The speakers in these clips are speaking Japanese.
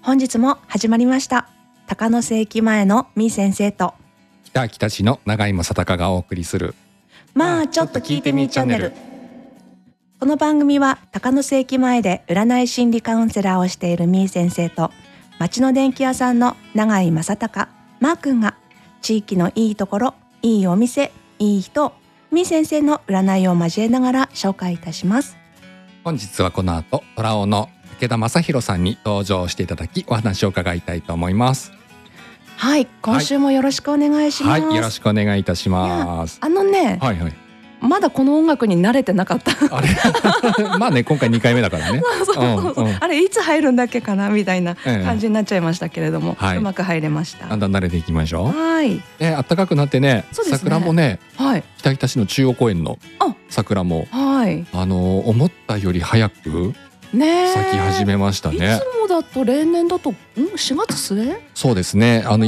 本日も始まりました。高野瀬駅前のみー先生と北秋田市の永井正隆がお送りするまあちょっと聞いてみチャンネル。この番組は高野瀬駅前で占い心理カウンセラーをしているみー先生と町の電気屋さんの永井正隆マー君が地域のいいところ、いいお店、いい人、みー先生の占いを交えながら紹介いたします。 本日はこの後トラオの武田正宏さんに登場していただきお話を伺いたいと思います。 はい、今週もよろしくお願いします。 はい、よろしくお願いいたします。はいはい。 まだこの音楽に慣れてなかったあれまあね、今回2回目だからねあれいつ入るんだっけかなみたいな感じになっちゃいましたけれども、 はい、 うまく入れました。 だんだん慣れていきましょう。 はい、 暖かくなってね、桜もね、 はい、 北秋田市の中央公園の桜も、 はい、 思ったより早く咲き始めましたね。 いつもだと例年だと4月末？ そうですね。もう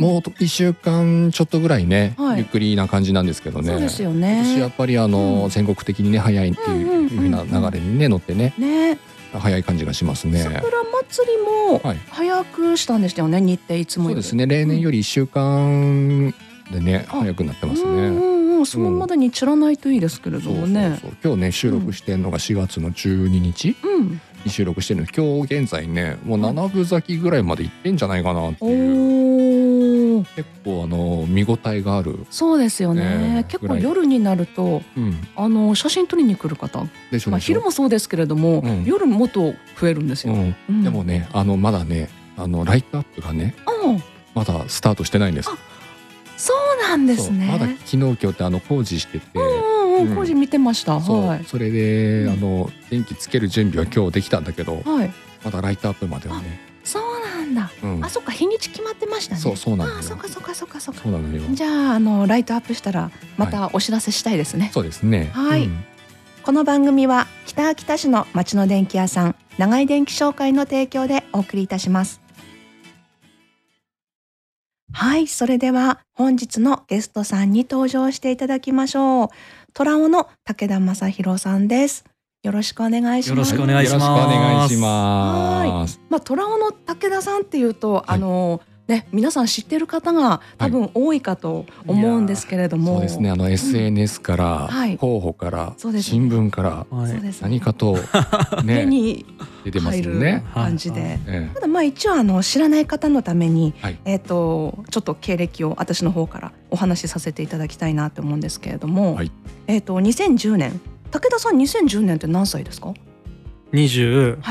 1週間ちょっとぐらいね、ゆっくりな感じなんですけどね。 そうですよね。 今年やっぱり全国的にね早いっていう風な流れにね乗ってね、早い感じがしますね。 桜祭りも早くしたんでしたよね。日程いつもより。 そうですね。例年より1週間でね早くなってますね。 そのまでに散らないといいですけれどもね。 今日ね収録してるのが4月の12日に収録してるので、今日現在ねもう7分咲きぐらいまでいってんじゃないかなっていう、結構見応えがある。 そうですよね。結構夜になると写真撮りに来る方でしょうね。昼もそうですけれども、夜もっと増えるんですよ。 でもねまだねライトアップがねまだスタートしてないんです。 そうなんですね。 まだ昨日今日って工事してて、 工事見てました。 それで電気つける準備は今日できたんだけど、まだライトアップまではね。 そうなんだ。そっか、日にち決まってましたね。 そうなんだよ。 そっか。 そうなのよ。 じゃあライトアップしたらまたお知らせしたいですね。 そうですね。 はい。この番組は北秋田市の町の電気屋さん永井電気商会の提供でお送りいたします。はい、それでは本日のゲストさんに登場していただきましょう。トラオの武田正宏さんです。よろしくお願いします。 よろしくお願いします。 トラオの武田さんっていうと、皆さん知ってる方が多分多いかと思うんですけれども、 そうですね。SNS から候補から新聞から何かと目に出てますよね。 感じで、ただ一応知らない方のためにちょっと経歴を私の方からお話しさせていただきたいなと思うんですけれども、2010年武田さん2010年って何歳ですか ？25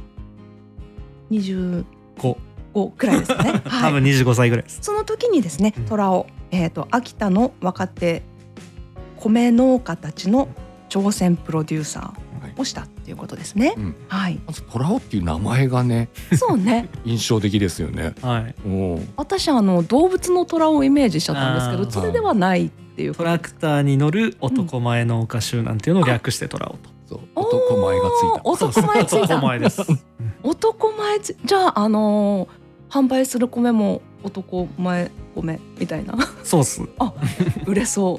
くらいですね。 多分25歳ぐらいです。 その時にですね、トラオ、秋田の若手米農家たちの挑戦プロデューサーをしたっていうことですね。 まずトラオっていう名前がね、 そうね、 印象的ですよね。 私動物のトラをイメージしちゃったんですけど、それではないっていう。 トラクターに乗る男前農家集団っていうのを略してトラオと。 男前がついた。 男前ついた。 男前です。 男前じゃあ販売する米も男前米みたいな。 そうっす。 売れそう。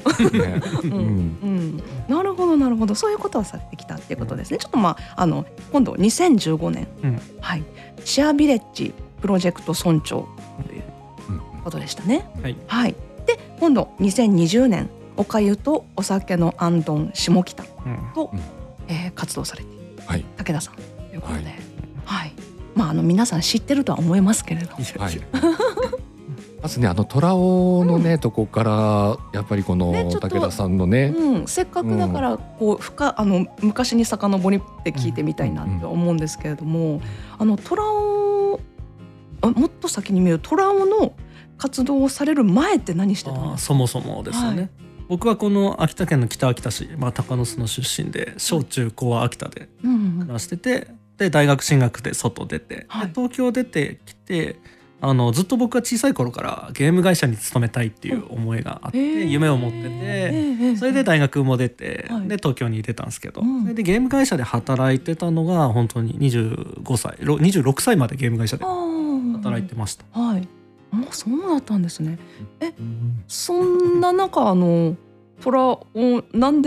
なるほど、そういうことをされてきたっていうことですね。ちょっと今度2015年、シェアビレッジプロジェクト村長ということでしたね。で今度2020年おかゆとお酒のあんどん下北と活動されている武田さんということで、皆さん知ってるとは思いますけれども、 まずねトラオのねとこからやっぱりこの武田さんのね、 せっかくだから昔に遡って聞いてみたいなと思うんですけれども、トラオもっと先に見るトラオの活動をされる前って何してたんですか？ そもそもですよね。僕はこの秋田県の北秋田市、鷹巣の出身で小中高は秋田で暮らしてて、で大学進学で外出て、東京出てきてずっと僕は小さい頃からゲーム会社に勤めたいっていう思いがあって、夢を持ってて、それで大学も出て、で東京に出たんですけど、それでゲーム会社で働いてたのが本当に25歳26歳までゲーム会社で働いてました。 そうだったんですね。そんな中トラをなんで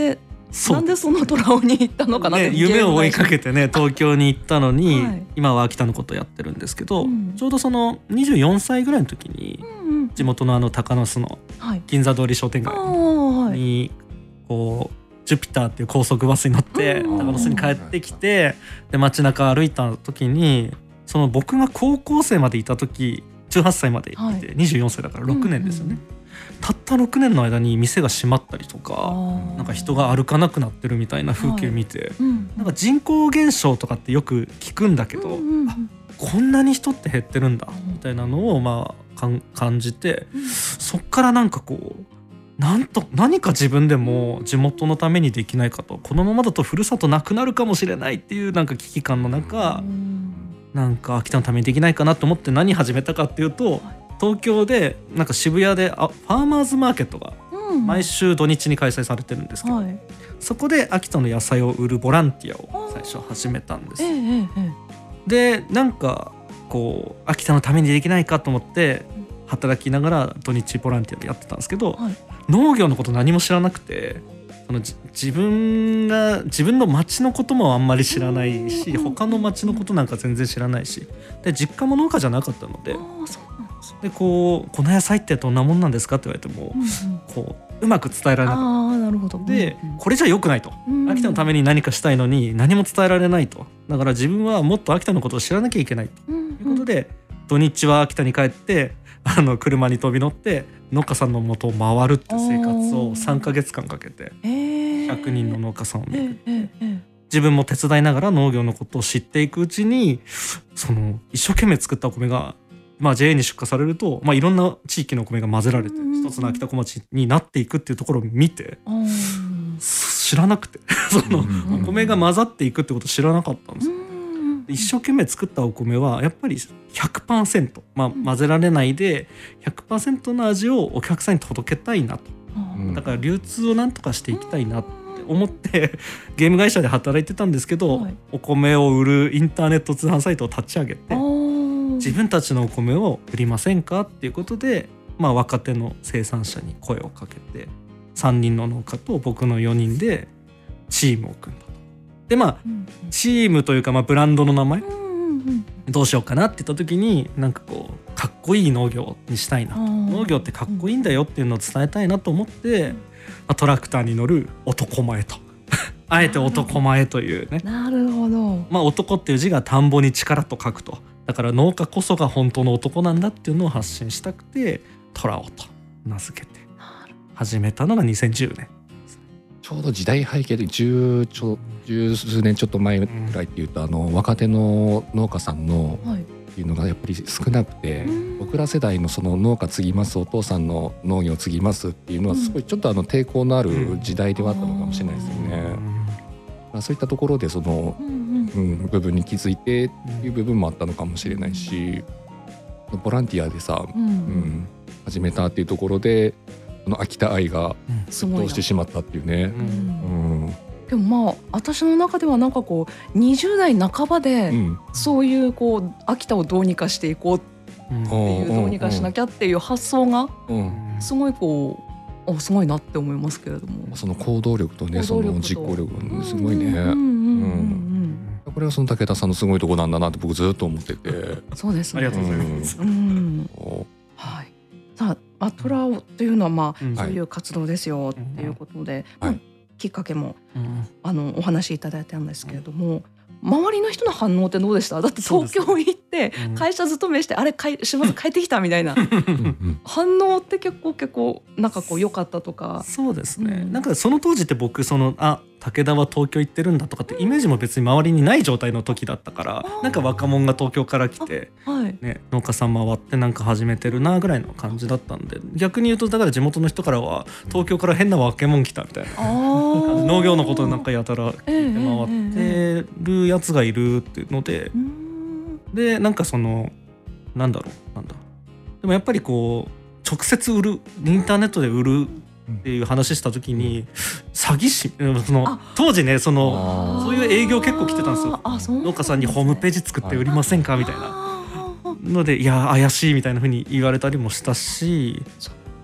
なんでその虎尾に行ったのかなって、 夢を追いかけてね東京に行ったのに、今は秋田のことをやってるんですけど、ちょうどその24歳ぐらいの時に、地元の鷹巣の銀座通り商店街にこうジュピターっていう高速バスに乗って鷹巣に帰ってきて、で街中歩いた時に、その僕が高校生までいた時18歳までいて、24歳だから6年ですよね。たった6年の間に店が閉まったりとか、なんか人が歩かなくなってるみたいな風景見て、なんか人口減少とかってよく聞くんだけど、こんなに人って減ってるんだみたいなのを感じて、そっからなんかこう何か自分でも地元のためにできないかと、このままだとふるさとなくなるかもしれないっていうなんか危機感の中、なんか秋田のためにできないかなと思って何始めたかっていうと、東京でなんか渋谷でファーマーズマーケットが毎週土日に開催されてるんですけど、そこで秋田の野菜を売るボランティアを最初始めたんです。でなんかこう秋田のためにできないかと思って働きながら土日ボランティアでやってたんですけど、農業のこと何も知らなくて、自分の町のこともあんまり知らないし、他の町のことなんか全然知らないし、で実家も農家じゃなかったので、でこの野菜ってどんなもんなんですかって言われても、こううまく伝えられなかった。でこれじゃ良くないと、秋田のために何かしたいのに何も伝えられないと、だから自分はもっと秋田のことを知らなきゃいけないということで、土日は秋田に帰って車に飛び乗って農家さんの元を回るって生活を3ヶ月間かけて100人の農家さんを巡って、自分も手伝いながら農業のことを知っていくうちに、一生懸命作ったお米がJA に出荷されると、いろんな地域のお米が混ぜられて一つの秋田小町になっていくっていうところを見て、知らなくてお米が混ざっていくってことを知らなかったんですよ。一生懸命作ったお米はやっぱり 100%、混ぜられないで 100% の味をお客さんに届けたいなと、だから流通をなんとかしていきたいなって思ってゲーム会社で働いてたんですけど、お米を売るインターネット通販サイトを立ち上げて、自分たちのお米を売りませんかっていうことで、若手の生産者に声をかけて3人の農家と僕の4人でチームを組んだと。でチームというかブランドの名前どうしようかなって言った時に、なんかこうかっこいい農業にしたいな、農業ってかっこいいんだよっていうのを伝えたいなと思って、トラクターに乗る男前とあえて男前というね。 なるほど。 男っていう字が田んぼに力と書くと、だから農家こそが本当の男なんだっていうのを発信したくて虎尾と名付けて始めたのが2010年。 ちょうど時代背景で十数年ちょっと前ぐらいっていうと、若手の農家さんのっていうのがやっぱり少なくて、僕ら世代のその農家継ぎます、お父さんの農業継ぎますっていうのはすごいちょっと抵抗のある時代ではあったのかもしれないですよね。そういったところでその、部分に気づいてっていう部分もあったのかもしれないし、ボランティアでさ、始めたっていうところで秋田愛が沸騰してしまったっていうね。 でも私の中ではなんかこう20代半ばでそういう秋田をどうにかしていこうっていう、どうにかしなきゃっていう発想がすごいすごいなって思いますけれども、 その行動力とね、その実行力がすごいね。これはその武田さんのすごいとこなんだなって僕ずっと思ってて。 そうですね。 ありがとうございます。 はい。さあ虎尾というのはそういう活動ですよっていうことで、きっかけもお話しいただいたんですけれども、周りの人の反応ってどうでした？だって東京行って会社勤めして週末帰ってきたみたいな反応って結構なんか良かったとか。 そうですね、なんかその当時って僕武田は東京行ってるんだとかってイメージも別に周りにない状態の時だったから、なんか若者が東京から来て、農家さん回ってなんか始めてるなぐらいの感じだったんで、逆に言うとだから地元の人からは東京から変な若者来たみたいな農業のことなんかやたら聞いて回ってるやつがいるっていうので、でなんかなんだでもやっぱり直接売る、インターネットで売るっていう話した時に詐欺師、当時ねそういう営業結構来てたんですよ。農家さんにホームページ作って売りませんかみたいなので、いや怪しいみたいな風に言われたりもしたし、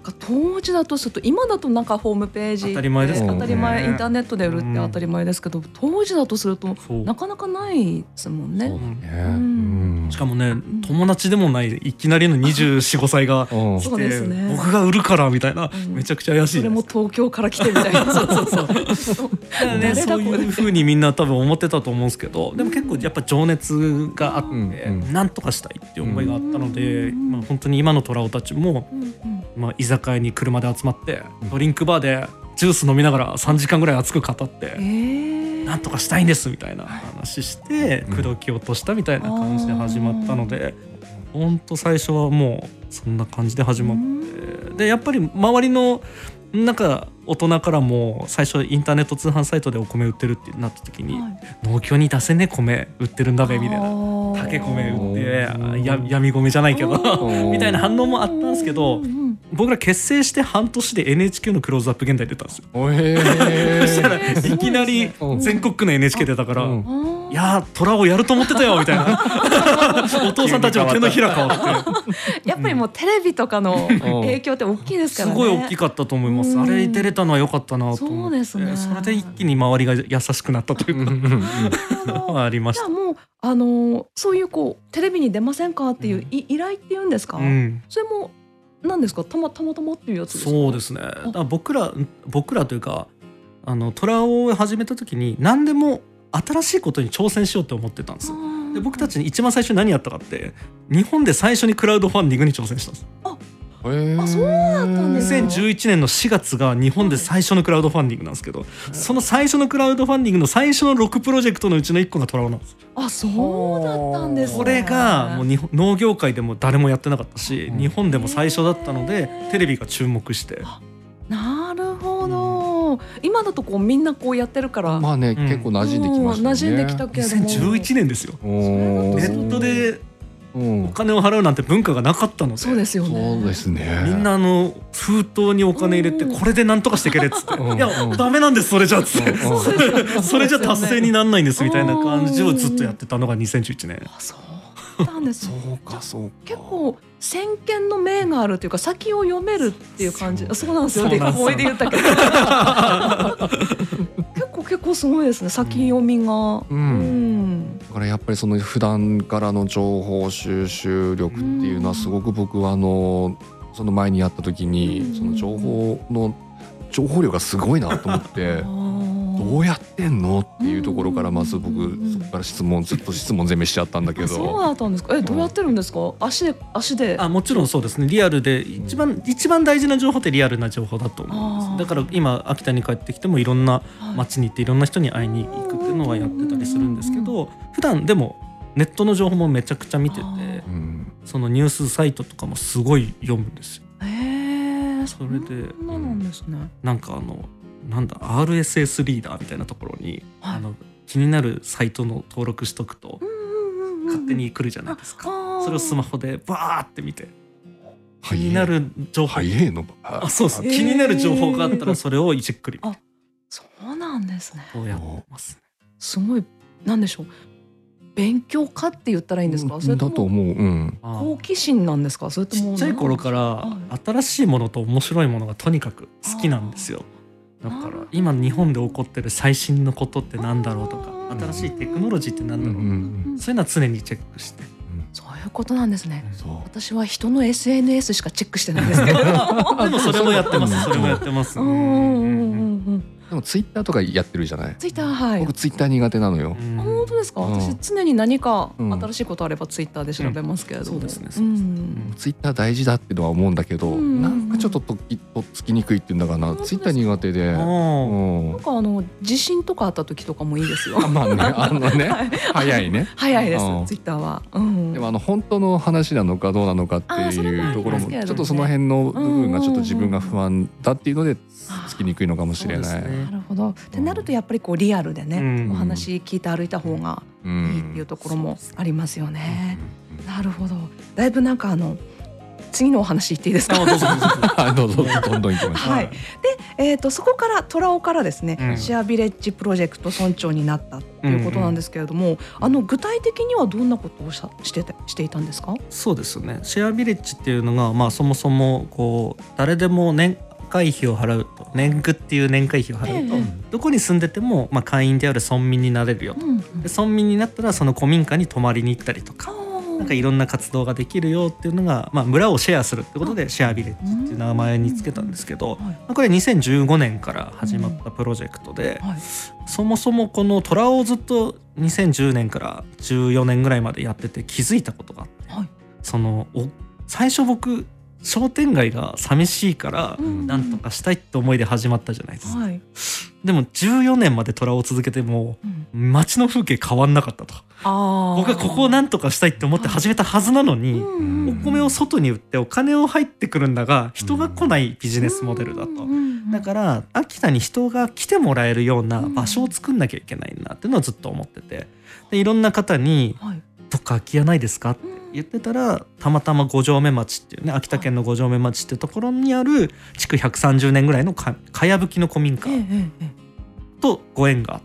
当時だとすると、今だとなんかホームページ当たり前ですけどね、 当たり前、インターネットで売るって当たり前ですけど、当時だとするとなかなかないですもんね。 しかもね、友達でもないいきなりの24、5歳が来て、ね、僕が売るからみたいな、めちゃくちゃ怪しい。 それも東京から来てみたいなそうね、そういう風にみんな多分思ってたと思うんですけど、でも結構やっぱ情熱があって、なんとかしたいっていう思いがあったので、本当に今のトラオたちも、居酒屋に車で集まってドリンクバーでジュース飲みながら3時間ぐらい熱く語って、なんとかしたいんですみたいな話して口説き落としたみたいな感じで始まったので、本当最初はもうそんな感じで始まって、でやっぱり周りのなんか大人からも最初インターネット通販サイトでお米売ってるってなった時に、農協に出せねえ米売ってるんだべみたいな、竹米売って闇米じゃないけどみたいな反応もあったんですけど、僕ら結成して半年で NHK のクローズアップ現代出たんですよ。そしたらいきなり全国区の NHK 出たから、いやトラをやると思ってたよみたいなお父さんたちの手のひら変わってやっぱりもうテレビとかの影響って大きいですからね。 すごい大きかったと思います。あれ出れたのは良かったなと思って、それで一気に周りが優しくなったというかありました。 じゃあもうそういうテレビに出ませんかっていう依頼っていうんですか、それも何ですか、たまたまっていうやつですか。 そうですね。だから僕らというかトラを始めた時に何でも新しいことに挑戦しようって思ってたんです。で僕たちに一番最初に何やったかって、日本で最初にクラウドファンディングに挑戦したんです。 そうだったんですね。 2011年の4月が日本で最初のクラウドファンディングなんですけど、その最初のクラウドファンディングの最初の6プロジェクトのうちの1個がトラオなんです。 そうだったんですね。 これがもう農業界でも誰もやってなかったし、日本でも最初だったのでテレビが注目して。 なるほど。今だとみんなやってるから、 まあね、結構馴染んできましたね。 馴染んできたけれども、 2011年ですよ。ネットでお金を払うなんて文化がなかったので。 そうですよね。 そうですね。 みんな封筒にお金入れて、これでなんとかしてけれっつって、いやダメなんですそれじゃっつって、それじゃ達成になんないんですみたいな感じをずっとやってたのが2011年。 そうなんですね。 そうか。 結構先見の明があるというか、先を読めるっていう感じ。そうなんですよ。思い出言ったけど結構すごいですね、先読みが。 だからやっぱりその普段からの情報収集力っていうのはすごく僕はその前にやった時にその情報量がすごいなと思ってどうやってんのっていうところからまず僕そこからずっと質問攻めしちゃったんだけど。 そうだったんですか。どうやってるんですか。足で。 もちろんそうですね。リアルで一番大事な情報ってリアルな情報だと思います。だから今秋田に帰ってきてもいろんな町に行っていろんな人に会いに行くっていうのはやってたりするんですけど、普段でもネットの情報もめちゃくちゃ見てて、そのニュースサイトとかもすごい読むんですよ。それでなんかRSS リーダーみたいなところに、気になるサイトの登録しとくと勝手に来るじゃないですか。それをスマホでバーって見て、気になる情報、そうです、気になる情報があったらそれをじっくり見て。 そうなんですね。 そうやってますね。 すごい、なんでしょう、勉強家って言ったらいいんですか。それともだと思う。 好奇心なんですか。それともちっちゃい頃から新しいものと面白いものがとにかく好きなんですよ。だから今日本で起こってる最新のことってなんだろうとか、新しいテクノロジーってなんだろう、そういうのは常にチェックして。 そういうことなんですね。私は人の SNS しかチェックしてないんですけどでもそれもやってます。それもやってます。 でもツイッターとかやってるじゃない。 ツイッター、はい。 僕ツイッター苦手なのよ。 本当ですか。私常に何か新しいことあればツイッターで調べますけれども。 そうですね。 ツイッター大事だってのは思うんだけど、なんかちょっととっつきにくいっていうんだかな。ツイッター苦手で。 なんか地震とかあった時とかもいいですよ。 まあね、早いね。 早いです。ツイッターは。 でも本当の話なのかどうなのかっていうところもちょっとその辺の部分がちょっと自分が不安だっていうのでつきにくいのかもしれない。 なるほど。ってなるとやっぱりリアルでね、お話聞いて歩いた方がいいっていうところもありますよね。なるほど。だいぶなんか次のお話言っていいですか？ どうぞどうぞどんどん行きましょう。 はい。で、そこから虎尾からですね、シェアビレッジプロジェクト村長になったということなんですけれども、具体的にはどんなことをしていたんですか？ そうですね。シェアビレッジっていうのが、そもそもこう誰でも年会費を払うと、年貢っていう年会費を払うと、どこに住んでても、会員である村民になれるよと、で村民になったらその古民家に泊まりに行ったりとか、なんかいろんな活動ができるよっていうのが、村をシェアするってことでシェアビレッジっていう名前につけたんですけど、これ2015年から始まったプロジェクトで、そもそもこの虎をずっと2010年から14年ぐらいまでやってて気づいたことがあって、最初僕商店街が寂しいからなんとかしたいって思いで始まったじゃないですか、でも14年まで虎を続けても街の風景変わんなかったと。僕はここをなんとかしたいって思って始めたはずなのに、お米を外に売ってお金を入ってくるんだが人が来ないビジネスモデルだと。だから秋田に人が来てもらえるような場所を作んなきゃいけないなっていうのをずっと思ってて、でいろんな方にどっか空き家ないですかって言ってたら、たまたま五城目町っていうね、秋田県の五城目町っていうところにある築130年ぐらいのかやぶきの古民家とご縁があって、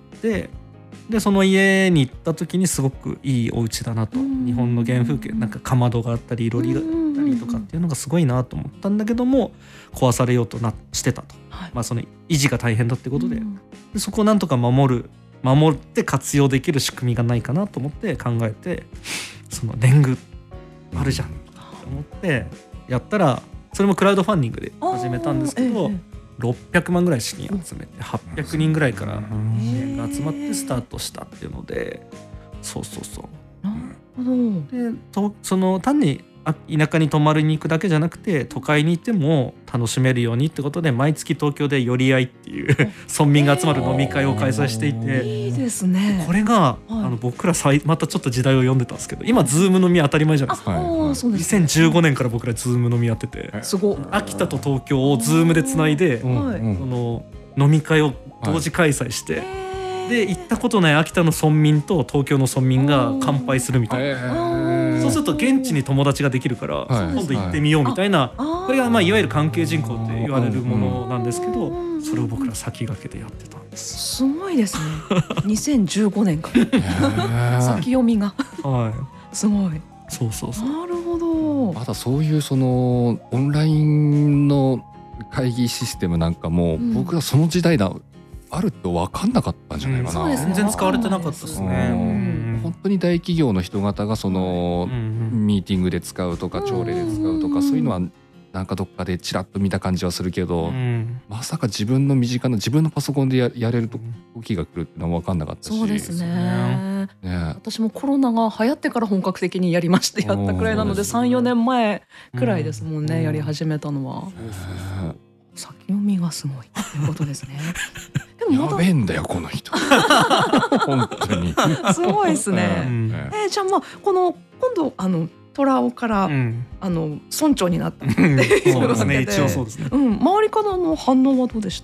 でその家に行った時にすごくいいお家だなと、日本の原風景、なんかかまどがあったりいろりがあったりとかっていうのがすごいなと思ったんだけども、壊されようとしてたと、その維持が大変だってことで、そこをなんとか守って活用できる仕組みがないかなと思って考えて、その年貢あるじゃんと思ってやったら、それもクラウドファンディングで始めたんですけど、600万ぐらい資金集めて800人ぐらいから支援が集まってスタートしたっていうので、そうなるほど。でその単に田舎に泊まりに行くだけじゃなくて、都会に行っても楽しめるようにってことで、毎月東京で寄り合いっていう村民が集まる飲み会を開催していて、 いいですね。 これが、僕らまたちょっと時代を読んでたんですけど、今ズーム飲み当たり前じゃないですか。2015年から僕らズーム飲みやってて、秋田と東京をズームでつないで、その飲み会を同時開催して、で行ったことない秋田の村民と東京の村民が乾杯するみたいな、そうすると現地に友達ができるから、今度行ってみようみたいな、これがいわゆる関係人口って言われるものなんですけど、それを僕ら先駆けでやってたんです。 すごいですね。2015年から先読みがすごい。 そうなるほど。 まだそういうそのオンラインの会議システムなんかも、僕らその時代あると分かんなかったんじゃないかな。 全然使われてなかったですね。 本当に大企業の人方がそのミーティングで使うとか朝礼で使うとか、そういうのはなんかどっかでチラッと見た感じはするけど、まさか自分の身近な自分のパソコンでやれる時が来るってのは分かんなかったし。 そうですね。私もコロナが流行ってから本格的にやったくらいなので、3、4年前くらいですもんね、やり始めたのは。先読みがすごいということですね。 でもやべえんだよこの人。本当にすごいですね。じゃあこの今度虎尾から村長になったっていうわけで、 一応そうですね。 周りからの反応はどうでした？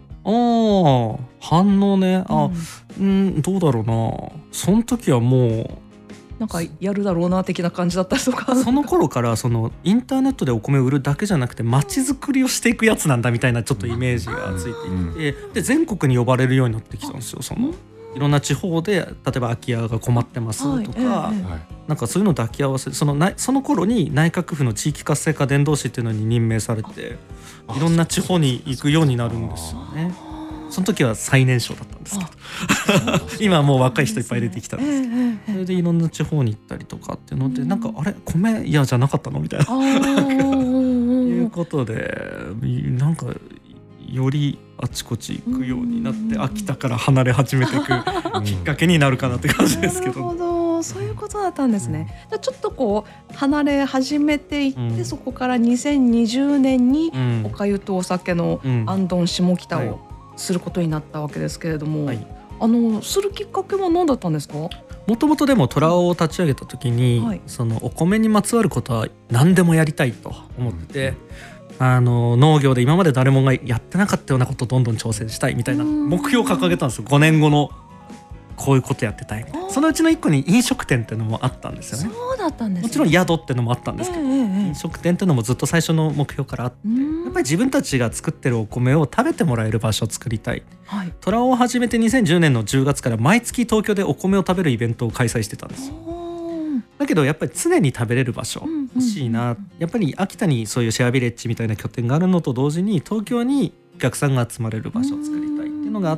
反応ね、どうだろうな。その時はもうなんかやるだろうな的な感じだったりとか、 その頃からそのインターネットでお米を売るだけじゃなくて街づくりをしていくやつなんだみたいなちょっとイメージがついていて、で全国に呼ばれるようになってきたんですよ。そのいろんな地方で例えば空き家が困ってますとか、なんかそういうのを抱き合わせて、その頃に内閣府の地域活性化伝道師っていうのに任命されて、いろんな地方に行くようになるんですよね。その時は最年少だったんですけど今はもう若い人いっぱい出てきたんですけど、それでいろんな地方に行ったりとかっていうので、なんかあれ米嫌じゃなかったのみたいないうことで、なんかよりあちこち行くようになって秋田から離れ始めていくきっかけになるかなって感じですけど。 なるほど、そういうことだったんですね。ちょっとこう離れ始めていって、そこから2020年におかゆとお酒のあんどん下北をすることになったわけですけれども、するきっかけは何だったんですか？ もともとでも虎を立ち上げた時に、そのお米にまつわることは何でもやりたいと思ってて、農業で今まで誰もがやってなかったようなことをどんどん挑戦したいみたいな目標を掲げたんですよ。5年後のこういうことやってたいみたいな、そのうちの一個に飲食店っていうのもあったんですよね。 そうだったんですね。 もちろん宿っていうのもあったんですけど、飲食店っていうのもずっと最初の目標からあって、やっぱり自分たちが作ってるお米を食べてもらえる場所を作りたい、はい、トラオを始めて2010年の10月から毎月東京でお米を食べるイベントを開催してたんですよ。だけどやっぱり常に食べれる場所欲しいな、やっぱり秋田にそういうシェアビレッジみたいな拠点があるのと同時に東京にお客さんが集まれる場所を作りたいっていうのがあって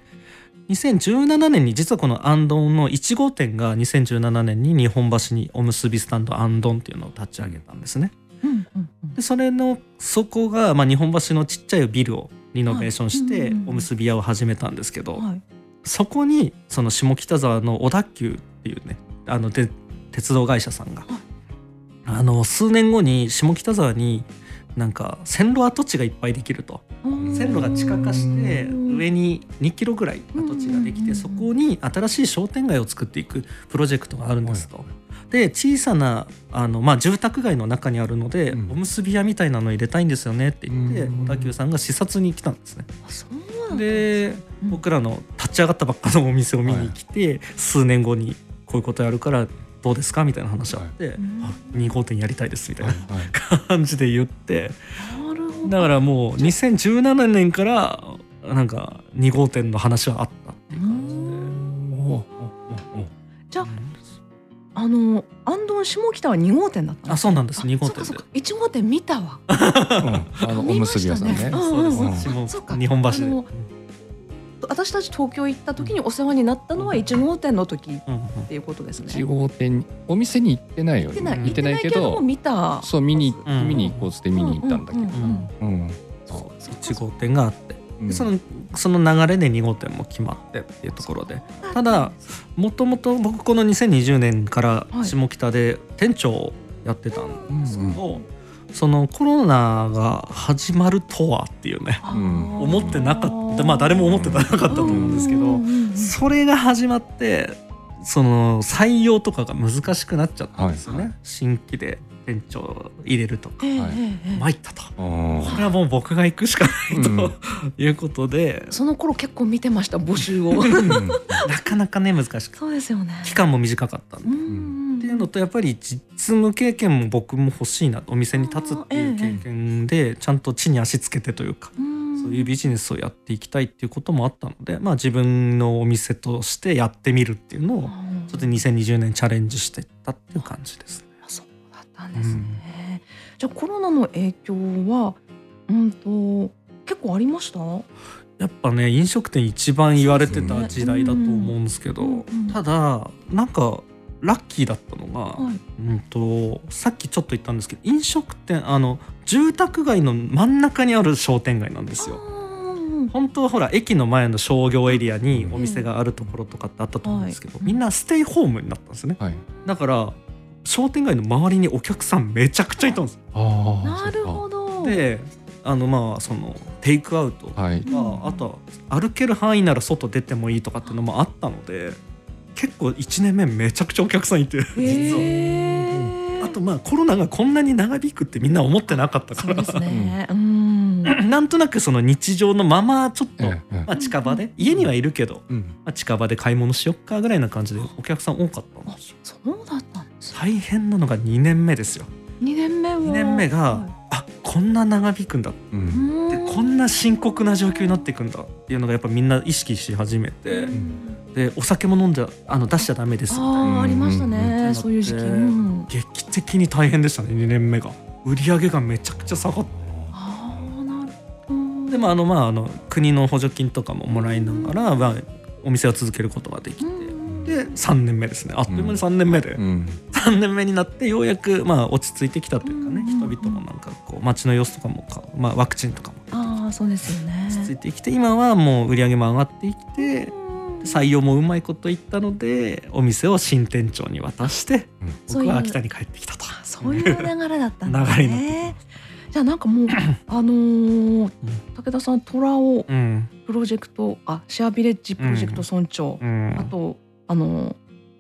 、2017年に実はこのアンドンの1号店が2017年に日本橋におむすびスタンドアンドンっていうのを立ち上げたんですね。でそれのそこが日本橋のちっちゃいビルをリノベーションしておむすび屋を始めたんですけど、そこにその下北沢の小田急っていうね鉄道会社さんが数年後に下北沢になんか線路跡地がいっぱいできると、線路が地下化して上に2キロぐらい跡地ができて、そこに新しい商店街を作っていくプロジェクトがあるんですと。で小さな住宅街の中にあるので、おむすび屋みたいなの入れたいんですよねって言って小田急さんが視察に来たんですね。で僕らの立ち上がったばっかのお店を見に来て、数年後にこういうことやるからどうですかみたいな話あって、2号店やりたいですみたいな感じで言って、だからもう2017年からなんか2号店の話はあったっていう感じで。 じゃあアンドン下北は2号店だったんですか？ あ、そうなんです。2号店で。 1号店見たわ。 おむすび屋さんね。 そうです。日本橋で。 私たち東京行った時にお世話になったのは1号店の時っていうことですね。 1号店お店に行ってないよね。 行ってないけど見た。 そう見に行こうって見に行ったんだけど、 1号店があって、その流れで2号店も決まってっていうところで、ただもともと僕この2020年から下北で店長をやってたんですけど、そのコロナが始まるとはっていうね、思ってなかった、誰も思ってなかったと思うんですけど、それが始まってその採用とかが難しくなっちゃったんですよね。新規で店長入れるとか、参ったと、これはもう僕が行くしかないということで、 その頃結構見てました募集をなかなかね難しくて、 そうですよね、 期間も短かったんで、っていうのとやっぱり実務経験も僕も欲しいな、お店に立つっていう経験でちゃんと地に足つけてというか、そういうビジネスをやっていきたいっていうこともあったので、自分のお店としてやってみるっていうのをちょっと2020年チャレンジしていったっていう感じです。 そうだったんですね。じゃあコロナの影響は結構ありました？ やっぱね、飲食店一番言われてた時代だと思うんですけど、ただなんかラッキーだったのが、さっきちょっと言ったんですけど、飲食店住宅街の真ん中にある商店街なんですよ。本当はほら駅の前の商業エリアにお店があるところとかってあったと思うんですけど、みんなステイホームになったんですね。だから商店街の周りにお客さんめちゃくちゃいたんです。 なるほど。 でそのテイクアウトとか、あとは歩ける範囲なら外出てもいいとかっていうのもあったので、結構1年目めちゃくちゃお客さんいて、実はあとコロナがこんなに長引くってみんな思ってなかったから、そうですね、なんとなくその日常のままちょっと、近場で家にはいるけど、近場で買い物しよっかぐらいな感じでお客さん多かったんですよ。 そうだったんです。 大変なのが2年目ですよ。 2年目が、こんな長引くんだ、でこんな深刻な状況になっていくんだっていうのがやっぱみんな意識し始めて、でお酒も飲んで出しちゃダメですみたいな、 ありましたね、そういう時期、 劇的に大変でしたね。2年目が売り上げがめちゃくちゃ下がって、でも国の補助金とかももらいながら、お店を続けることができて、で3年目ですね、あっという間に3年目で、3年目になってようやく落ち着いてきたというかね、人々もなんかこう街の様子とかもワクチンとかもそうですよね、 落ち着いてきて、今はもう売り上げも上がってきて、採用もうまいこと言ったのでお店を新店長に渡して、僕は秋田に帰ってきたと、 そういう流れだったんですね。じゃあなんかもう武田さん、トラオプロジェクト、シェアビレッジプロジェクト村長、あと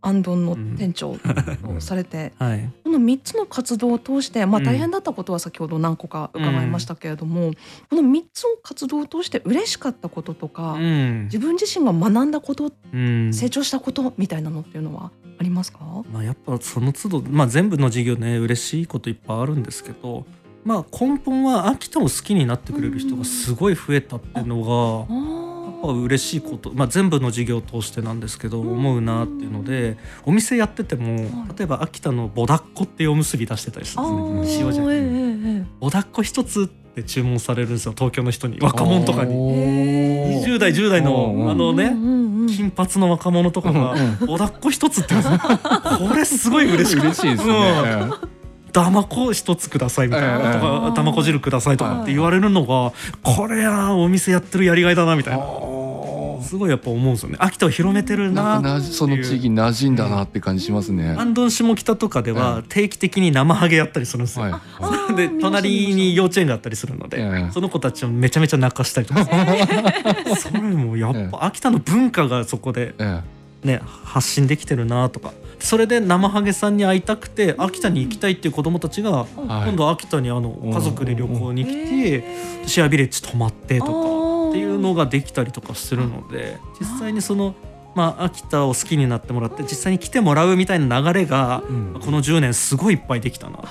アンドンの店長をされて、はい、この3つの活動を通して、大変だったことは先ほど何個か伺いましたけれども、この3つの活動を通して嬉しかったこととか、自分自身が学んだこと、成長したことみたいなのっていうのはありますか？ やっぱその都度、全部の事業ね嬉しいこといっぱいあるんですけど、根本は秋田を好きになってくれる人がすごい増えたっていうのが嬉しいこと、全部の事業を通してなんですけど思うなっていうので、お店やってても例えば秋田のぼだっこっていうおむすび出してたりするんですね。塩じゃん、ぼだっこ一つって注文されるんですよ、東京の人に、若者とかに。20代10代の金髪の若者とかがぼだっこ一つって言うんですよ。これすごい嬉しいですね。だまこ一つくださいみたいなとか、だまこ汁くださいとかって言われるのが、これはお店やってるやりがいだなみたいな、すごいやっぱ思うんですよね。秋田を広めてるな、 その地域に馴染んだなって感じしますね。 アンドン下北とかでは定期的に生ハゲやったりするんですよ。で隣に幼稚園があったりするので、その子たちをめちゃめちゃ泣かしたりとかそれもやっぱ秋田の文化がそこでね発信できてるなとか。それで生ハゲさんに会いたくて秋田に行きたいっていう子どもたちが今度秋田に家族で旅行に来てシェアビレッジ泊まってとかっていうのができたりとかするので、実際にその秋田を好きになってもらって実際に来てもらうみたいな流れがこの10年すごいいっぱいできたなって。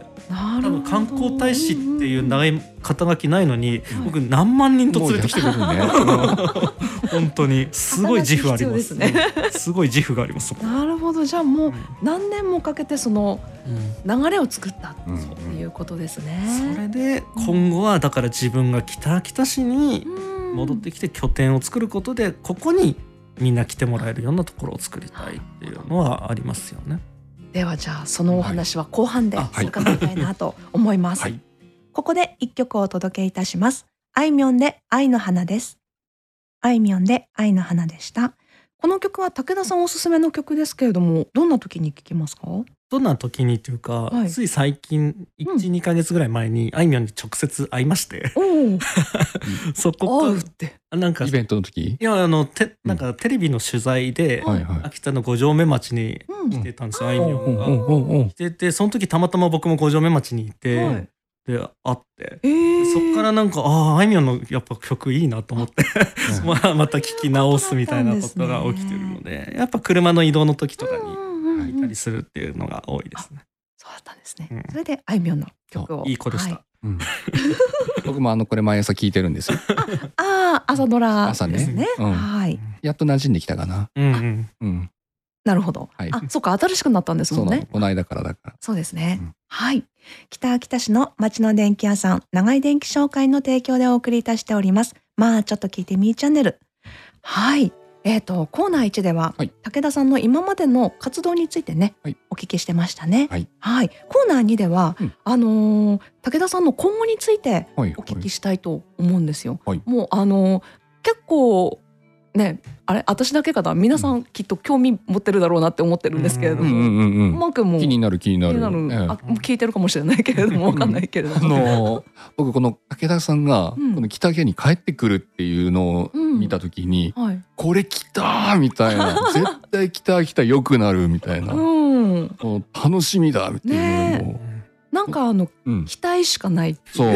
多分観光大使っていう長い肩書きないのに僕何万人と連れてきてくるね。本当にすごい自負あります。すごい自負があります。 なるほど、じゃあもう何年もかけてその流れを作ったっていうことですね。 それで今後はだから自分が北秋田市に戻ってきて拠点を作ることでここにみんな来てもらえるようなところを作りたいっていうのはありますよね。 ではじゃあそのお話は後半で伺いたいなと思います。ここで一曲をお届けいたします。あいみょんで愛の花です。あいみょんで愛の花でした。この曲は武田さんおすすめの曲ですけれども、どんな時に聴きますか？ どんな時にというか、つい最近 1,2 ヶ月ぐらい前にあいみょんに直接会いましてそこからなんかイベントの時、 いやなんかテレビの取材で秋田の五城目町に来てたんですよ、あいみょんが来てて、その時たまたま僕も五城目町にいて、で会って、そっからなんかあいみょんのやっぱ曲いいなと思ってまた聴き直すみたいなことが起きてるので、やっぱ車の移動の時とかにいたりするっていうのが多いですね。 そうだったんですね。それであいみょんの曲を。 いい子でした。 僕もこれ毎朝聞いてるんですよ。 朝ドラですね。 やっと馴染んできたかな。 なるほど。そうか、新しくなったんですもんね。 この間からだから。 そうですね。はい。北秋田市の町の電気屋さん、長井電気商会の提供でお送りいたしております。ちょっと聞いてみーチャンネル。はい。コーナー1では、武田さんの今までの活動についてね、お聞きしてましたね。コーナー2では、武田さんの今後についてお聞きしたいと思うんですよ。もう結構ね、私だけかな、皆さんきっと興味持ってるだろうなって思ってるんですけれども、マー君も気になる聞いてるかもしれないけれども、分かんないけれども、 僕この武田さんがこの北家に帰ってくるっていうのを見た時に、これ来たみたいな、絶対北秋田良くなるみたいな、楽しみだっていうのをなんか期待しかない。 そう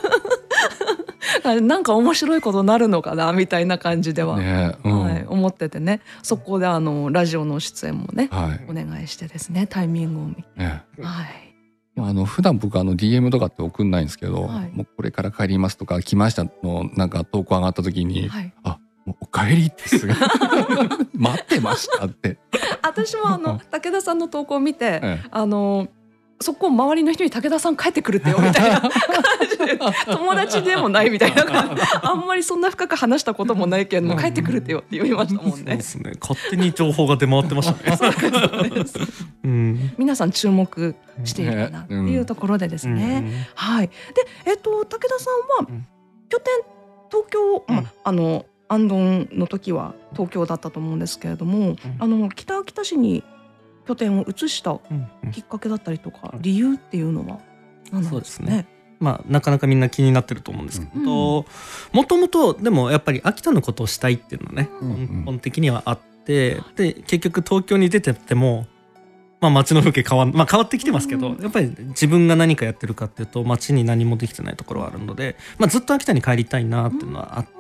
なんか面白いことになるのかなみたいな感じでは、思っててね、そこでラジオの出演もね、お願いしてですね、タイミングを見て、 普段僕DM とかって送んないんですけど、もうこれから帰りますとか来ましたのなんか投稿上がった時に、もうお帰りです待ってましたって私も武田さんの投稿を見て、そこ周りの人に武田さん帰ってくるってよみたいな感じで、友達でもないみたいな感じ、あんまりそんな深く話したこともないけど、帰ってくるってよって言いましたもんね。そうですね、勝手に情報が出回ってましたね。 皆さん注目しているかなっていうところでですね。はい。で、武田さんは拠点東京、アンドンの時は東京だったと思うんですけれども、北秋田市に拠点を移したきっかけだったりとか、理由っていうのは何なんですかね。 なかなかみんな気になってると思うんですけど、もともとでもやっぱり秋田のことをしたいっていうのはね、根本的にはあって、 て、で結局東京に出てっても、街の風景変わってきてますけど、やっぱり自分が何かやってるかっていうと街に何もできてないところはあるので、ずっと秋田に帰りたいなっていうのはあって、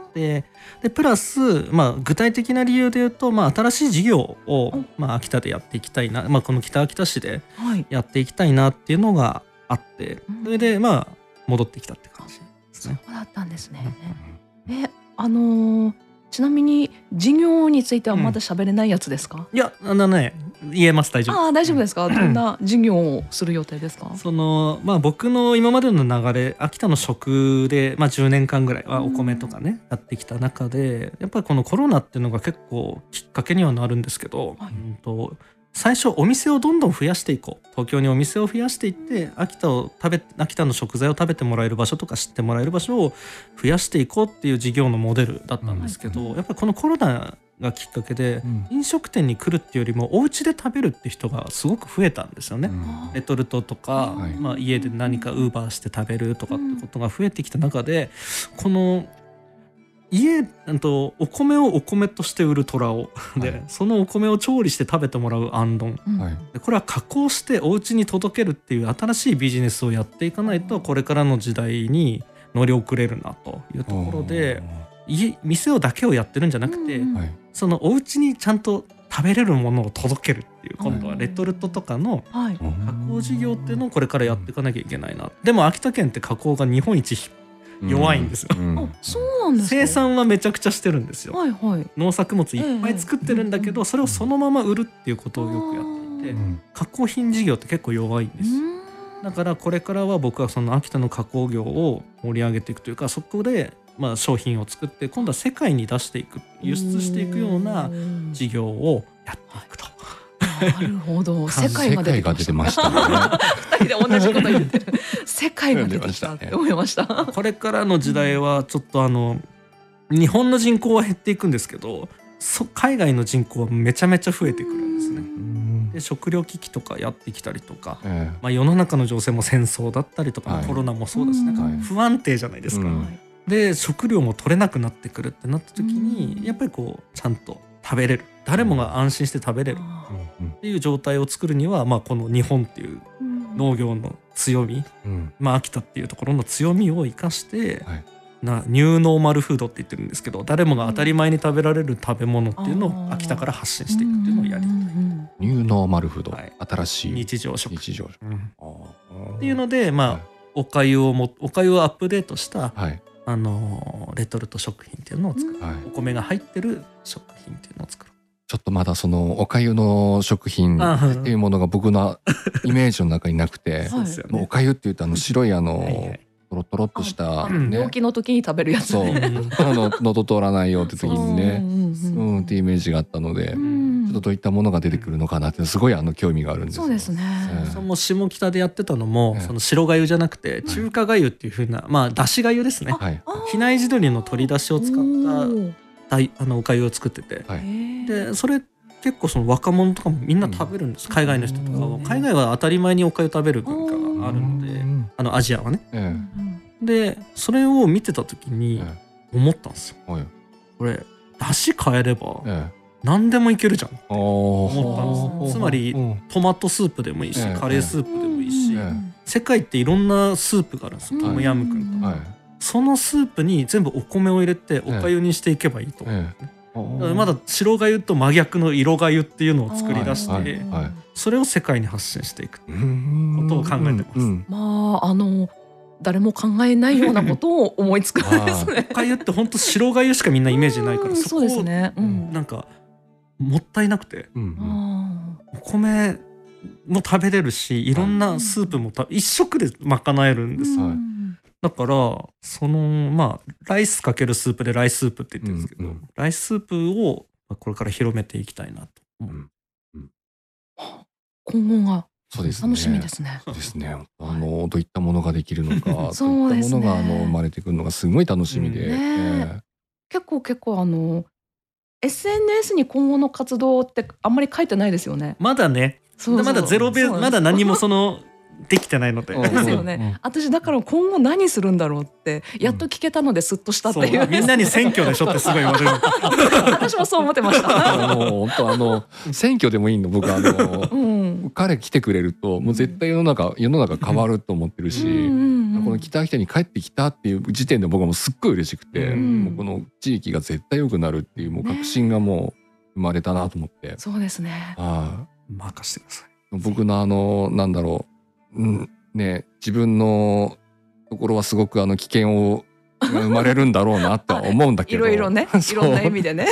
でプラス、具体的な理由で言うと、新しい事業を、秋田でやっていきたいな、この北秋田市でやっていきたいなっていうのがあって、それで戻ってきたって感じですね。 そうだったんですね。ちなみに事業についてはまだ喋れないやつですか？ いや言えます。大丈夫。 大丈夫ですか？どんな事業をする予定ですか？ 僕の今までの流れ、秋田の食で、10年間ぐらいはお米とかね、やってきた中で、やっぱりこのコロナっていうのが結構きっかけにはなるんですけど、最初お店をどんどん増やしていこう、東京にお店を増やしていって秋田の食材を食べてもらえる場所とか知ってもらえる場所を増やしていこうっていう事業のモデルだったんですけど、やっぱりこのコロナがきっかけで、飲食店に来るっていうよりもお家で食べるって人がすごく増えたんですよね。レトルトとか、家で何かウーバーして食べるとかってことが増えてきた中で、このお米をお米として売るトラオで、そのお米を調理して食べてもらうアンドン、でこれは加工してお家に届けるっていう新しいビジネスをやっていかないとこれからの時代に乗り遅れるなというところで、店だけをやってるんじゃなくて、そのお家にちゃんと食べれるものを届けるっていう、今度はレトルトとかの加工事業っていうのをこれからやっていかなきゃいけないな。でも秋田県って加工が日本一弱いんですよ。 そうなんですか。 生産はめちゃくちゃしてるんですよ。農作物いっぱい作ってるんだけど、それをそのまま売るっていうことをよくやっていて、加工品事業って結構弱いんです。だからこれからは僕はその秋田の加工業を盛り上げていくというか、そこで商品を作って今度は世界に出していく、輸出していくような事業をやっていくと。 なるほど。世界が出てましたね。二人で同じこと言ってる。世界が出てきたって思いました。 これからの時代はちょっと日本の人口は減っていくんですけど、海外の人口はめちゃめちゃ増えてくるんですね。で食糧危機とかやってきたりとか、世の中の情勢も戦争だったりとか、コロナもそうですね、不安定じゃないですか。で食料も取れなくなってくるってなった時に、やっぱりちゃんと食べれる、誰もが安心して食べれるっていう状態を作るには、この日本っていう農業の強み、秋田っていうところの強みを生かして、ニューノーマルフードって言ってるんですけど、誰もが当たり前に食べられる食べ物っていうのを秋田から発信していくっていうのをやりたい。 ニューノーマルフード、新しい日常食っていうので、おかゆをアップデートした、レトルト食品っていうのを作る、お米が入ってる食品っていうのを作る。 ちょっとまだそのおかゆの食品っていうものが僕のイメージの中になくて、もうおかゆっていうと白いトロトロっとした病気の時に食べるやつ、 喉通らないよって時にね、っていうイメージがあったので、ちょっとどういったものが出てくるのかなってすごい興味があるんですよ。 そうですね。 その下北でやってたのも、その白がゆじゃなくて中華がゆっていう風な、だしがゆですね。比内地鶏の鶏だしを使ったおかゆを作ってて、でそれ結構その若者とかもみんな食べるんです。海外の人とかは、海外は当たり前におかゆ食べる文化があるので、アジアはね。でそれを見てた時に思ったんですよ。これだし変えれば何でもいけるじゃんって思ったんです。つまりトマトスープでもいいし、カレースープでもいいし、世界っていろんなスープがあるんですよ。トムヤムクンとか、そのスープに全部お米を入れておかゆにしていけばいいと思うんですね。まだ白がゆと真逆の色がゆっていうのを作り出して、それを世界に発信していくことを考えてます。 誰も考えないようなことを思いつくんですね。 おかゆって本当白がゆしかみんなイメージないから、そこをなんかもったいなくて、お米も食べれるし、いろんなスープも一食で賄えるんですよ。だからライスかけるスープでライススープって言ってるんですけど、ライススープをこれから広めていきたいなと思う。 今後が楽しみですね。 そうですね。どういったものができるのか、どういったものが生まれてくるのがすごい楽しみで、 結構SNS に今後の活動ってあんまり書いてないですよね。 まだね。まだゼロベース、まだ何もそのできてないので。 ですよね。私だから今後何するんだろうってやっと聞けたのでスッとしたっていう。 みんなに選挙でしょってすごい言われる。 私もそう思ってました。 もう本当選挙でもいいの僕彼来てくれるともう絶対世の中変わると思ってるし、この北秋田に帰ってきたっていう時点で僕はもうすっごい嬉しくて、もうこの地域が絶対良くなるっていうもう確信がもう生まれたなと思って。 そうですね。 任せてください。 僕のなんだろう、ね、自分のところはすごく危険をが生まれるんだろうなって思うんだけどいろいろね、いろんな意味でね。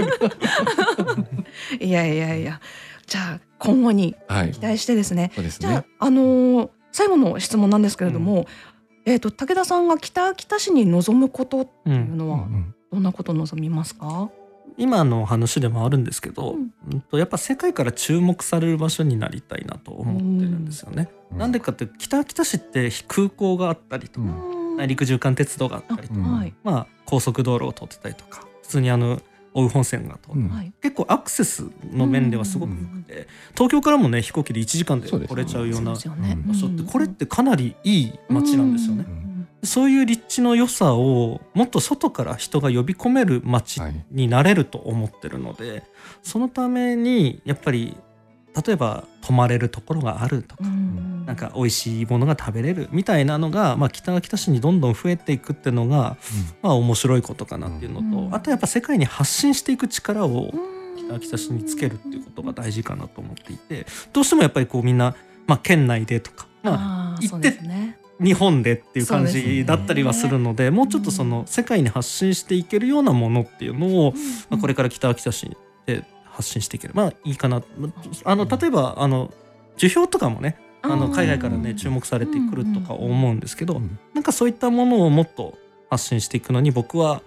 いやじゃあ今後に期待してですね、じゃあ最後の質問なんですけれども、武田さんが北秋田市に望むことっていうのはどんなことを望みますか？ 今の話でもあるんですけど、やっぱ世界から注目される場所になりたいなと思ってるんですよね。なんでかって北秋田市って空港があったりとか、陸縦貫鉄道があったりとか、高速道路を通ってたりとか、普通に奥羽本線が通って、結構アクセスの面ではすごく良くて、東京からもね飛行機で1時間で来れちゃうような場所ってこれってかなりいい街なんですよね。そういう立地の良さをもっと外から人が呼び込める街になれると思ってるので、そのためにやっぱり例えば泊まれるところがあるとか、なんか美味しいものが食べれるみたいなのが、北秋田市にどんどん増えていくっていうのが、面白いことかなっていうのと、あとやっぱ世界に発信していく力を北秋田市につけるっていうことが大事かなと思っていて、どうしてもやっぱりみんな、県内でとか、行って日本でっていう感じだったりはするので、もうちょっとその世界に発信していけるようなものっていうのを、これから北秋田市で発信していければいいかな。例えば樹氷とかもね、海外からね注目されてくるとか思うんですけど、なんかそういったものをもっと発信していくのに僕は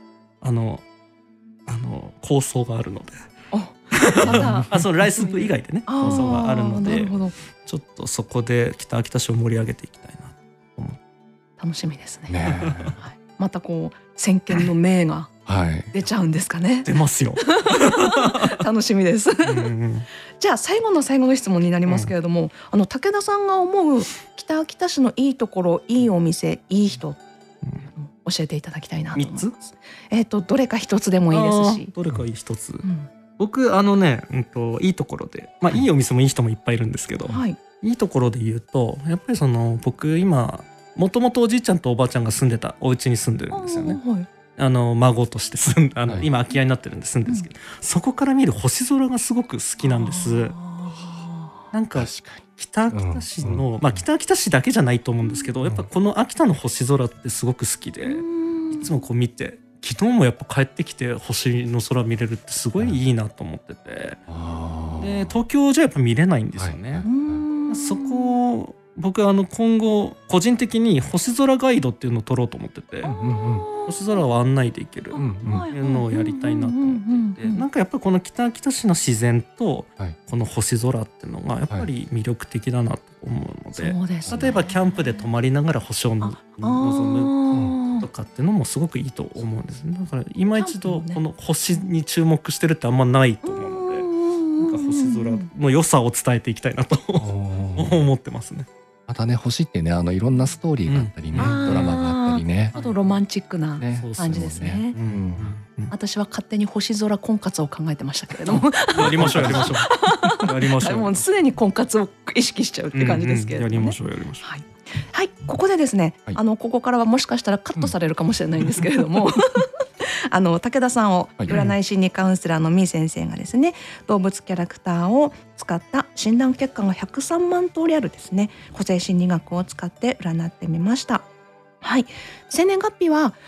構想があるのでそのライス部以外でね構想があるので、ちょっとそこで北秋田市を盛り上げていきたいなと思う。 楽しみですね。また先見の明が出ちゃうんですかね。 出ますよ。 楽しみです。じゃあ最後の質問になりますけれども、武田さんが思う北秋田市のいいところ、いいお店、いい人、教えていただきたいなと思います。どれか一つでもいいですし。 どれか一つ。僕いいところで、いいお店もいい人もいっぱいいるんですけど、いいところで言うとやっぱり僕今もともとおじいちゃんとおばあちゃんが住んでたお家に住んでるんですよね。孫として今空き家になってるんで住んでるんですけど、そこから見る星空がすごく好きなんです。なんか北秋田市の、北秋田市だけじゃないと思うんですけど、やっぱこの秋田の星空ってすごく好きで、いつも見て、昨日もやっぱ帰ってきて星の空見れるってすごいいいなと思ってて、で東京じゃやっぱ見れないんですよね。そこ僕今後個人的に星空ガイドっていうのを取ろうと思ってて、星空を案内できるっていうのをやりたいなと思ってて、なんかやっぱりこの北秋田市の自然とこの星空っていうのがやっぱり魅力的だなと思うので、例えばキャンプで泊まりながら星を望むとかっていうのもすごくいいと思うんですね。だから今一度この星に注目してるってあんまないと思うので、なんか星空の良さを伝えていきたいなと思ってますね。 またね、星ってねいろんなストーリーがあったりね、ドラマがあったりね、 あとロマンチックな感じですね。私は勝手に星空婚活を考えてましたけれどもやりましょうもうすでに婚活を意識しちゃうって感じですけれども、 やりましょうはい、ここでですね、ここからはもしかしたらカットされるかもしれないんですけれども武田さんを占い心理カウンセラーのみー先生がですね、動物キャラクターを使った診断結果が103万通りあるですね個性心理学を使って占ってみました。はい、生年月日は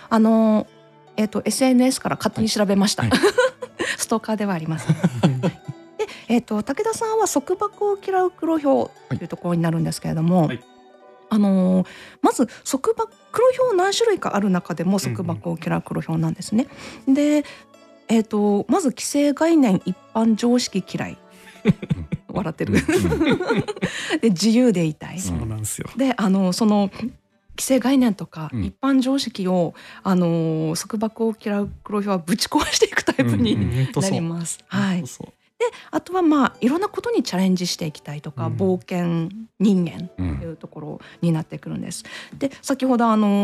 SNS から勝手に調べました、ストーカーではありません。で、武田さんは束縛を嫌う黒ひょうというところになるんですけれども、まず黒ひょう何種類かある中でも束縛を嫌う黒ひょうなんですね。で、まず既成概念一般常識嫌い笑ってるで自由でいたい。 そうなんですよ。 でその既成概念とか一般常識を、束縛を嫌う黒ひょうはぶち壊していくタイプになります。はい。であとはまあいろんなことにチャレンジしていきたいとか、冒険人間っていうところになってくるんです。で先ほど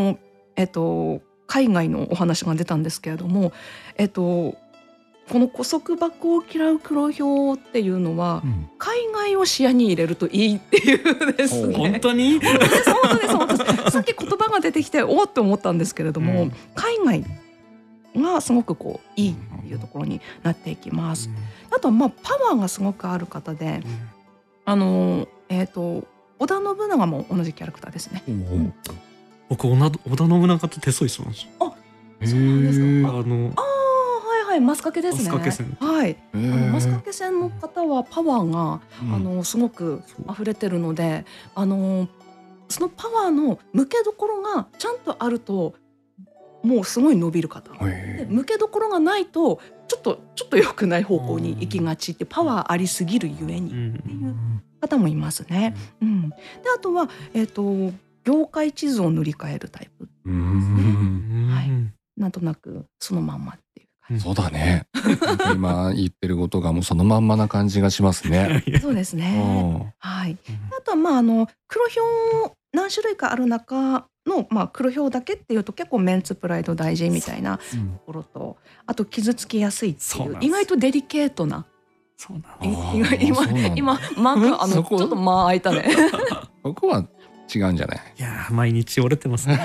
海外のお話が出たんですけれども、この姑息箱を嫌う黒ひょうっていうのは、海外を視野に入れるといいっていうですね。 本当に？ 本当です。さっき言葉が出てきておっと思ったんですけれども、海外がすごくこういいっていうところになっていきます。あとはまあパワーがすごくある方で、織田信長も同じキャラクターですね。 僕織田信長と手相一緒なんですよ。 あ、そうなんですか。はい、マスカケですね。 マスカケ線。 はい。マスカケ線の方はパワーが、すごく溢れてるので、そのパワーの向けどころがちゃんとあるともうすごい伸びる方。で向けどころがないとちょっと良くない方向に行きがちって、パワーありすぎるゆえにっていう方もいますね。であとは業界地図を塗り替えるタイプですね。はい。なんとなくそのまんまっていう。 そうだね。今言ってることがもうそのまんまな感じがしますね。 そうですね。はい。あとはまあ黒ひょう何種類かある中の黒ひょうだけっていうと結構メンツプライド大事みたいなところと、あと傷つきやすいっていう意外とデリケートな。 そうなの。今マークちょっと間開いたね。 ここは違うんじゃない？ いや毎日折れてますね。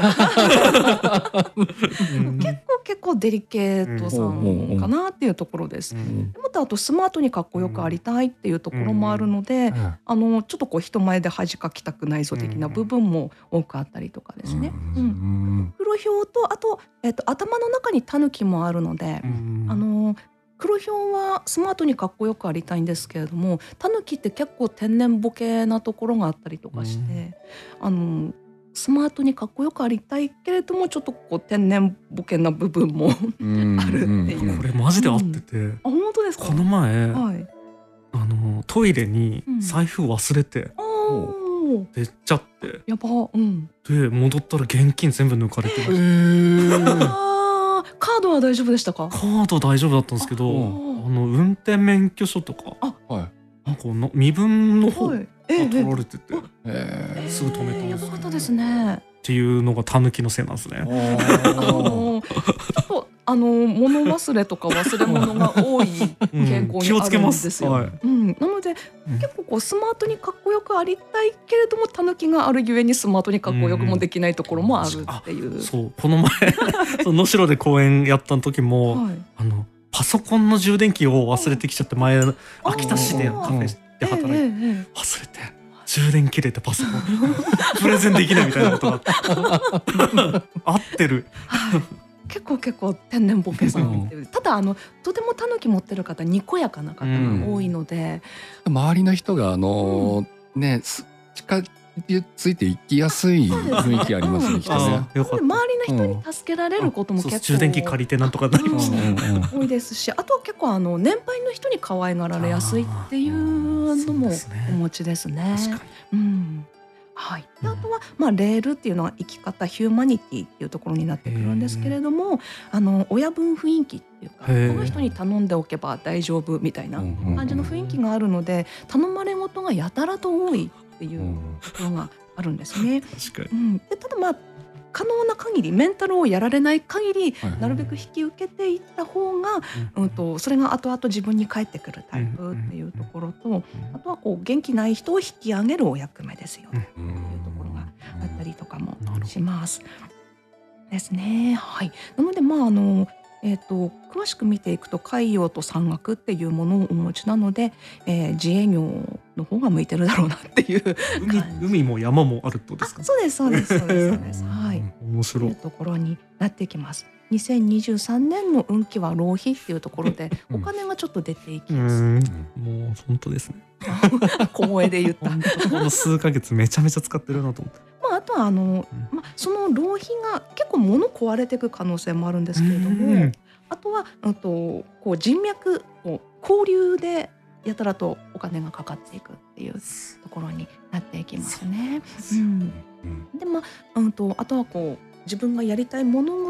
結構デリケートさんかなっていうところです。またあとスマートにかっこよくありたいっていうところもあるので、ちょっとこう人前で恥かきたくないぞ的な部分も多くあったりとかですね。黒ひょうとあと、頭の中にタヌキもあるので、黒ひょうはスマートにかっこよくありたいんですけれども、タヌキって結構天然ボケなところがあったりとかして、スマートにかっこよくありたいけれどもちょっとこう天然ボケな部分もあるっていう。 これマジで合ってて、 本当ですか？ この前、トイレに財布忘れて出ちゃって、 やば。 で戻ったら現金全部抜かれてました。 カードは大丈夫でしたか？ カード大丈夫だったんですけど、運転免許証とかなんか身分の方が取られてて、すぐ止めたんです。 やばかったですね。 っていうのがタヌキのせいなんですね。 ちょっと物忘れとか忘れ物が多い傾向にあるんですよ。なので結構こうスマートにかっこよくありたいけれどもタヌキがあるゆえにスマートにかっこよくもできないところもあるっていう。 そうこの前能代で公演やった時も、パソコンの充電器を忘れてきちゃって、前秋田市でカフェで働いて忘れて。充電切れてパソコンプレゼンできないみたいなことが合ってる。 結構天然ボケさんっていう。ただとてもタヌキ持ってる方にこやかな方が多いので、 周りの人がね近ついていきやすい雰囲気ありますね。きっとね。 周りの人に助けられることも結構充電器借りてなんとかなりますね。 多いですし、あとは結構年配の人に可愛がられやすいっていうのもお持ちですね。はい。であとはレールっていうのは生き方ヒューマニティっていうところになってくるんですけれども、親分雰囲気っていうか、この人に頼んでおけば大丈夫みたいな感じの雰囲気があるので、頼まれ事がやたらと多いっていうところがあるんですね。 確かに。 でただ可能な限りメンタルをやられない限りなるべく引き受けていった方が、それが後々自分に返ってくるタイプっていうところと、あとはこう元気ない人を引き上げるお役目ですよっていうところがあったりとかもしますですね。はい。なので詳しく見ていくと海洋と山岳っていうものをお持ちなので、自営業の方が向いてるだろうなっていう海も山もあるってことですか？ そうです。はい。 面白い。 というところになってきます。2023年の運気は浪費っていうところでお金がちょっと出ていきます。 もう本当ですね。 小声で言った。 この数ヶ月めちゃめちゃ使ってるなと思って。 あとはその浪費が結構物壊れていく可能性もあるんですけれども、あとはこう人脈交流でやたらとお金がかかっていくっていうところになっていきますね。であとはこう自分がやりたい物事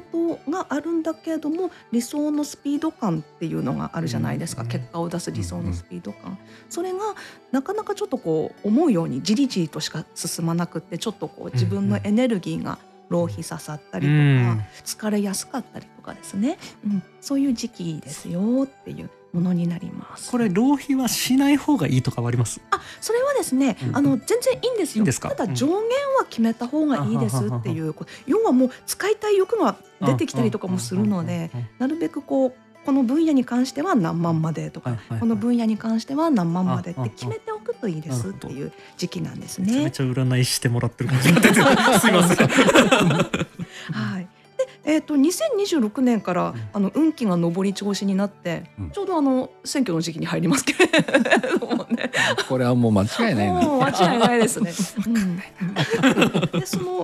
ことがあるんだけれども、理想のスピード感っていうのがあるじゃないですか、結果を出す理想のスピード感、それがなかなかちょっとこう思うようにじりじりとしか進まなくって、ちょっとこう自分のエネルギーが浪費ささったりとか、疲れやすかったりとかですね、そういう時期ですよっていうものになります。 これ浪費はしない方がいいとかはあります？ それはですね、全然いいんですよ。ただ上限は決めた方がいいですっていう、要はもう使いたい欲が出てきたりとかもするので、なるべくこの分野に関しては何万までとか、この分野に関しては何万までって決めておくといいですっていう時期なんですね。 めちゃめちゃ占いしてもらってる感じになっててすいません。 はい。で、2026年から運気が上り調子になって、ちょうど選挙の時期に入りますけれどもね。 これはもう間違いないな。 もう間違いないですね。で、その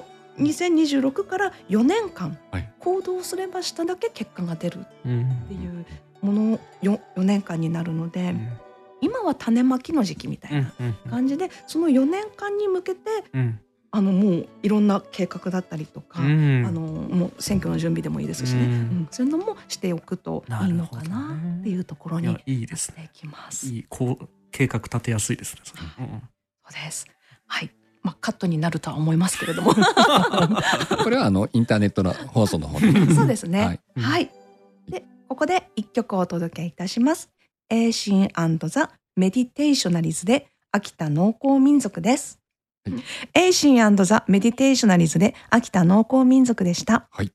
2026から4年間行動すればしただけ結果が出るっていうもの4年間になるので、今は種まきの時期みたいな感じで、その4年間に向けてもういろんな計画だったりとか、もう選挙の準備でもいいですしね、そういうのもしておくといいのかなっていうところになっていきます。 いい計画立てやすいですね。 そうです。はい。カットになるとは思いますけれどもこれはインターネットの放送の方でそうですね。はい。で、ここで一曲お届けいたします。エーシン&ザ・メディテーショナリズで秋田農耕民族です。エーシン&ザ・メディテーショナリズで秋田農耕民族でした。はい、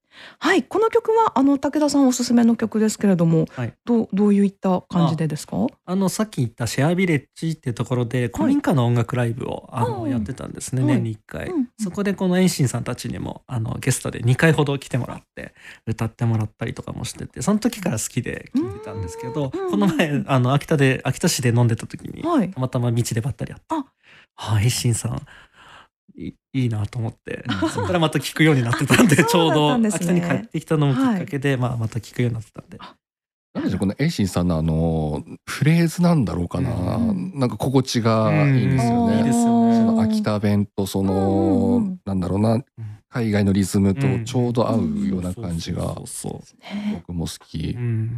この曲は武田さんおすすめの曲ですけれども、どういった感じでですか？ さっき言ったシェアビレッジっていうところで古民家の音楽ライブをやってたんですね、年に1回。そこでこのエンシンさんたちにもゲストで2回ほど来てもらって歌ってもらったりとかもしてて、その時から好きで聴いてたんですけど、この前秋田市で飲んでた時にたまたま道でばったり会って、エンシンさんいいなと思って、そこからまた聞くようになってたんでちょうど秋田に帰ってきたのもきっかけで、また聞くようになってたんで。 なんでしょう、このエイシンさんのフレーズなんだろうかな、なんか心地がいいんですよね。いいですよね。その秋田弁となんだろうな、海外のリズムとちょうど合うような感じが僕も好き。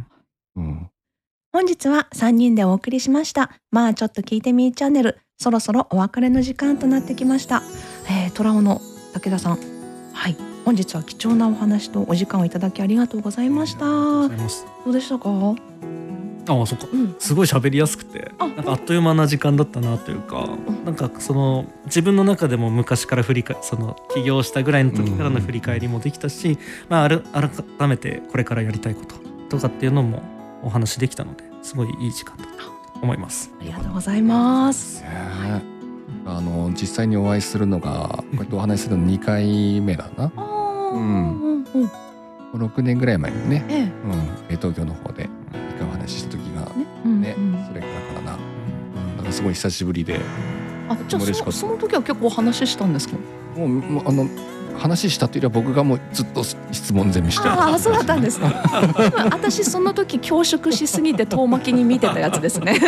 本日は3人でお送りしました。ちょっと聞いてみーチャンネル、そろそろお別れの時間となってきました。トラオの武田さん、本日は貴重なお話とお時間をいただきありがとうございました。どうでしたか？ そっか、すごい喋りやすくて、なんかあっという間な時間だったなというか、なんか自分の中でも昔から起業したぐらいの時からの振り返りもできたし、改めてこれからやりたいこととかっていうのもお話できたので、すごいいい時間だったと思います。 ありがとうございます。 実際にお会いするのがこうやってお話しするの2回目だな。6年ぐらい前にね、東京の方で一回お話しした時がね、それからな、なんかすごい久しぶりで。 じゃあその時は結構お話ししたんですか？ もう話したというよりは僕がもうずっと質問攻めして。 そうだったんですね。私その時恐縮しすぎて遠巻きに見てたやつですね。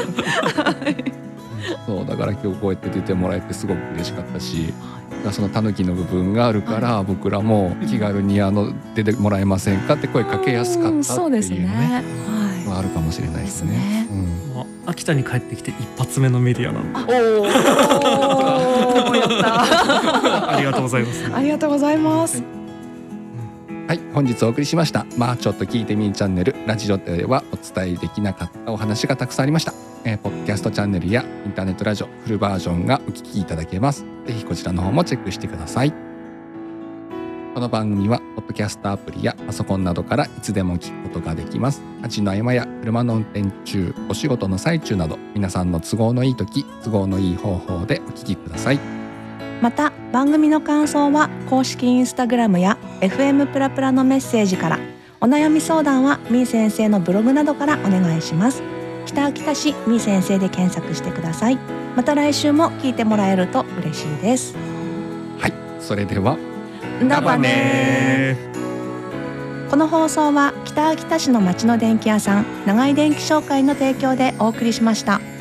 そうだから今日こうやって出てもらえてすごく嬉しかったし、そのタヌキの部分があるから僕らも気軽に出てもらえませんかって声かけやすかったっていうね、あるかもしれないですね。 秋田に帰ってきて一発目のメディアなんで。 やったありがとうございます。 ありがとうございます。 はい、本日お送りしましたちょっと聞いてみーチャンネル、ラジオではお伝えできなかったお話がたくさんありました。ポッドキャストチャンネルやインターネットラジオフルバージョンがお聞きいただけます。ぜひこちらの方もチェックしてください。この番組はポッドキャストアプリやパソコンなどからいつでも聞くことができます。家事の合間や車の運転中、お仕事の最中など、皆さんの都合のいい時、都合のいい方法でお聞きください。 また番組の感想は公式インスタグラムや FM プラプラのメッセージから、お悩み相談はみー先生のブログなどからお願いします。北秋田市みー先生で検索してください。また来週も聞いてもらえると嬉しいです。 はい、それではだばね。この放送は北秋田市の町の電気屋さん長井電気商会の提供でお送りしました。